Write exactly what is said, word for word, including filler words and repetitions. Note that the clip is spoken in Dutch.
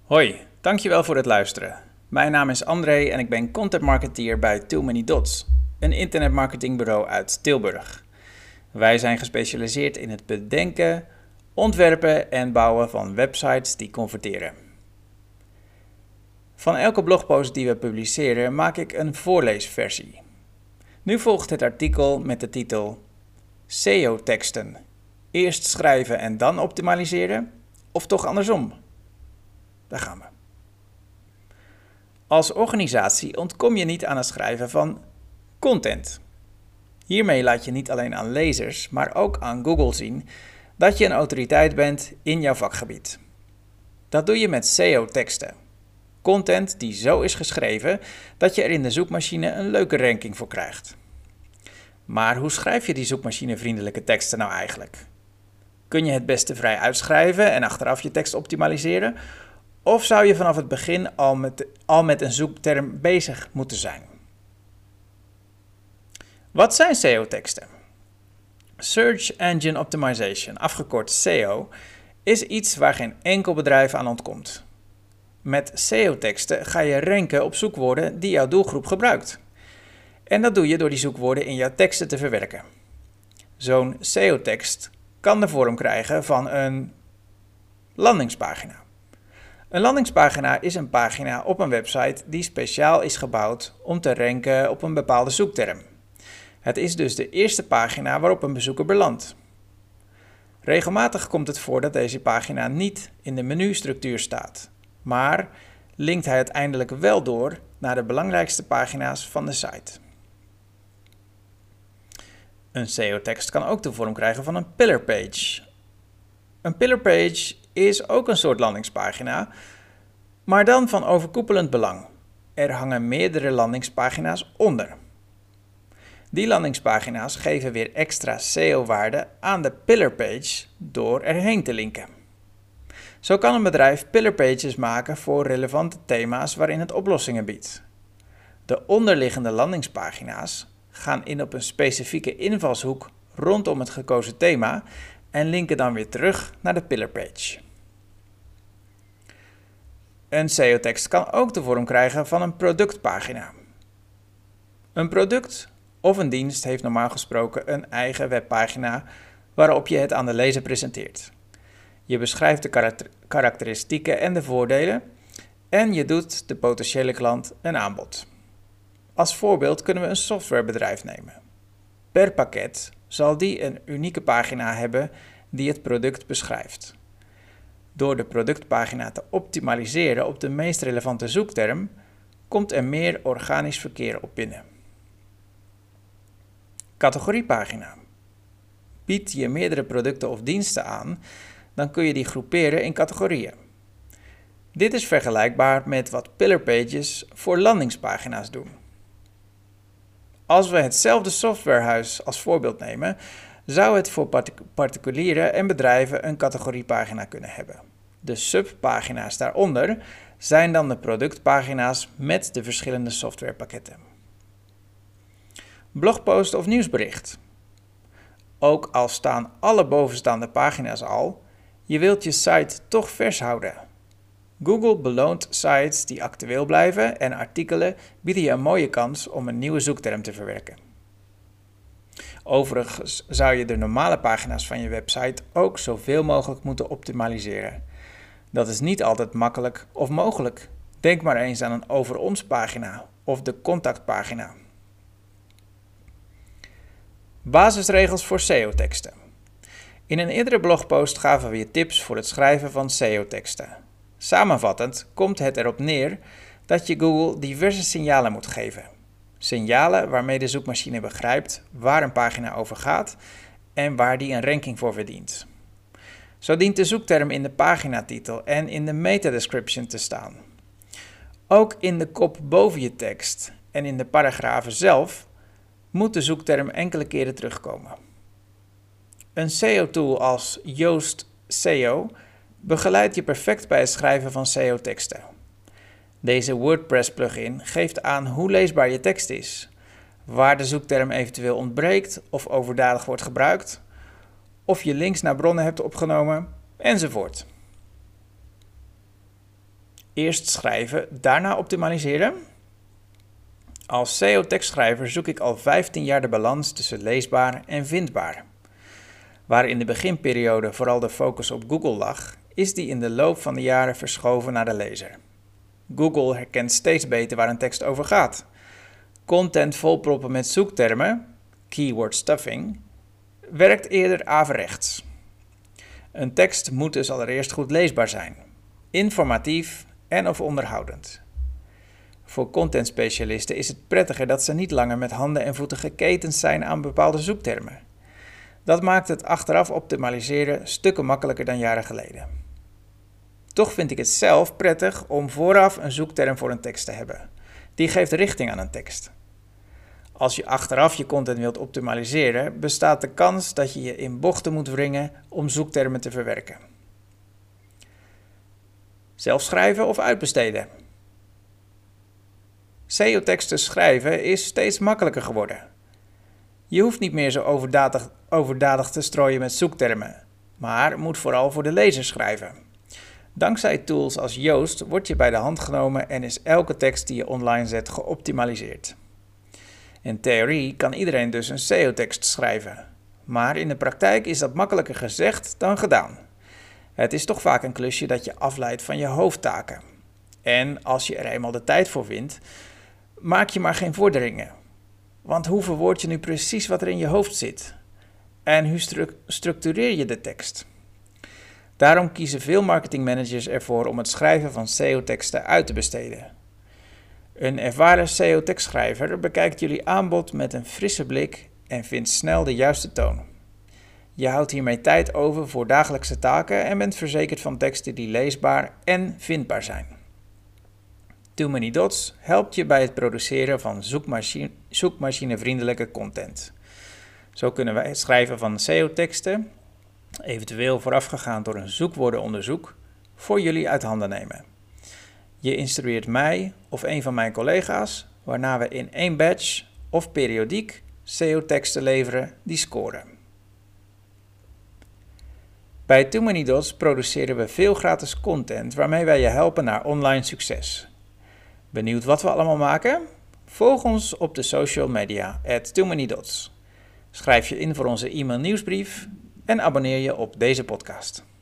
Hoi, dankjewel voor het luisteren. Mijn naam is André en ik ben content marketeer bij Too Many Dots, een internetmarketingbureau uit Tilburg. Wij zijn gespecialiseerd in het bedenken, ontwerpen en bouwen van websites die converteren. Van elke blogpost die we publiceren maak ik een voorleesversie. Nu volgt het artikel met de titel S E O-teksten. Eerst schrijven en dan optimaliseren? Of toch andersom? Daar gaan we. Als organisatie ontkom je niet aan het schrijven van content. Hiermee laat je niet alleen aan lezers, maar ook aan Google zien dat je een autoriteit bent in jouw vakgebied. Dat doe je met S E O-teksten. Content die zo is geschreven dat je er in de zoekmachine een leuke ranking voor krijgt. Maar hoe schrijf je die zoekmachinevriendelijke teksten nou eigenlijk? Kun je het beste vrij uitschrijven en achteraf je tekst optimaliseren? Of zou je vanaf het begin al met, al met een zoekterm bezig moeten zijn? Wat zijn S E O-teksten? Search Engine Optimization, afgekort S E O, is iets waar geen enkel bedrijf aan ontkomt. Met S E O-teksten ga je ranken op zoekwoorden die jouw doelgroep gebruikt. En dat doe je door die zoekwoorden in jouw teksten te verwerken. Zo'n S E O-tekst kan de vorm krijgen van een landingspagina. Een landingspagina is een pagina op een website die speciaal is gebouwd om te ranken op een bepaalde zoekterm. Het is dus de eerste pagina waarop een bezoeker belandt. Regelmatig komt het voor dat deze pagina niet in de menustructuur staat, maar linkt hij uiteindelijk wel door naar de belangrijkste pagina's van de site. Een S E O-tekst kan ook de vorm krijgen van een pillar page. Een pillar page is ook een soort landingspagina, maar dan van overkoepelend belang. Er hangen meerdere landingspagina's onder. Die landingspagina's geven weer extra S E O-waarde aan de pillar page door erheen te linken. Zo kan een bedrijf pillar pages maken voor relevante thema's waarin het oplossingen biedt. De onderliggende landingspagina's gaan in op een specifieke invalshoek rondom het gekozen thema en linken dan weer terug naar de pillar page. Een S E O-tekst kan ook de vorm krijgen van een productpagina. Een product of een dienst heeft normaal gesproken een eigen webpagina waarop je het aan de lezer presenteert. Je beschrijft de karakter- karakteristieken en de voordelen en je doet de potentiële klant een aanbod. Als voorbeeld kunnen we een softwarebedrijf nemen. Per pakket zal die een unieke pagina hebben die het product beschrijft. Door de productpagina te optimaliseren op de meest relevante zoekterm, komt er meer organisch verkeer op binnen. Categoriepagina. Bied je meerdere producten of diensten aan, dan kun je die groeperen in categorieën. Dit is vergelijkbaar met wat pillar pages voor landingspagina's doen. Als we hetzelfde softwarehuis als voorbeeld nemen, zou het voor particulieren en bedrijven een categoriepagina kunnen hebben. De subpagina's daaronder zijn dan de productpagina's met de verschillende softwarepakketten. Blogpost of nieuwsbericht. Ook al staan alle bovenstaande pagina's al, je wilt je site toch vers houden. Google beloont sites die actueel blijven en artikelen bieden je een mooie kans om een nieuwe zoekterm te verwerken. Overigens zou je de normale pagina's van je website ook zoveel mogelijk moeten optimaliseren. Dat is niet altijd makkelijk of mogelijk. Denk maar eens aan een over ons pagina of de contactpagina. Basisregels voor S E O-teksten. In een eerdere blogpost gaven we je tips voor het schrijven van S E O-teksten. Samenvattend komt het erop neer dat je Google diverse signalen moet geven. Signalen waarmee de zoekmachine begrijpt waar een pagina over gaat en waar die een ranking voor verdient. Zo dient de zoekterm in de paginatitel en in de meta-description te staan. Ook in de kop boven je tekst en in de paragrafen zelf moet de zoekterm enkele keren terugkomen. Een S E O-tool als Yoast S E O begeleidt je perfect bij het schrijven van S E O-teksten. Deze WordPress-plugin geeft aan hoe leesbaar je tekst is, waar de zoekterm eventueel ontbreekt of overdadig wordt gebruikt, of je links naar bronnen hebt opgenomen, enzovoort. Eerst schrijven, daarna optimaliseren? Als S E O-tekstschrijver zoek ik al vijftien jaar de balans tussen leesbaar en vindbaar. Waar in de beginperiode vooral de focus op Google lag, is die in de loop van de jaren verschoven naar de lezer. Google herkent steeds beter waar een tekst over gaat. Content volproppen met zoektermen, keyword stuffing, werkt eerder averechts. Een tekst moet dus allereerst goed leesbaar zijn, informatief en of onderhoudend. Voor contentspecialisten is het prettiger dat ze niet langer met handen en voeten geketend zijn aan bepaalde zoektermen. Dat maakt het achteraf optimaliseren stukken makkelijker dan jaren geleden. Toch vind ik het zelf prettig om vooraf een zoekterm voor een tekst te hebben. Die geeft richting aan een tekst. Als je achteraf je content wilt optimaliseren, bestaat de kans dat je je in bochten moet wringen om zoektermen te verwerken. Zelf schrijven of uitbesteden? S E O-teksten schrijven is steeds makkelijker geworden. Je hoeft niet meer zo overdadig, overdadig te strooien met zoektermen, maar moet vooral voor de lezer schrijven. Dankzij tools als Yoast word je bij de hand genomen en is elke tekst die je online zet geoptimaliseerd. In theorie kan iedereen dus een S E O-tekst schrijven, maar in de praktijk is dat makkelijker gezegd dan gedaan. Het is toch vaak een klusje dat je afleidt van je hoofdtaken. En als je er eenmaal de tijd voor vindt, maak je maar geen vorderingen. Want hoe verwoord je nu precies wat er in je hoofd zit? En hoe stru- structureer je de tekst? Daarom kiezen veel marketingmanagers ervoor om het schrijven van S E O-teksten uit te besteden. Een ervaren S E O-tekstschrijver bekijkt jullie aanbod met een frisse blik en vindt snel de juiste toon. Je houdt hiermee tijd over voor dagelijkse taken en bent verzekerd van teksten die leesbaar en vindbaar zijn. Too Many Dots helpt je bij het produceren van zoekmachine, zoekmachinevriendelijke content. Zo kunnen wij het schrijven van S E O-teksten, eventueel voorafgegaan door een zoekwoordenonderzoek, voor jullie uit handen nemen. Je instrueert mij of een van mijn collega's, waarna we in één batch of periodiek S E O-teksten leveren die scoren. Bij Too Many Dots produceren we veel gratis content waarmee wij je helpen naar online succes. Benieuwd wat we allemaal maken? Volg ons op de social media at Too Many Dots. Schrijf je in voor onze e-mail nieuwsbrief en abonneer je op deze podcast.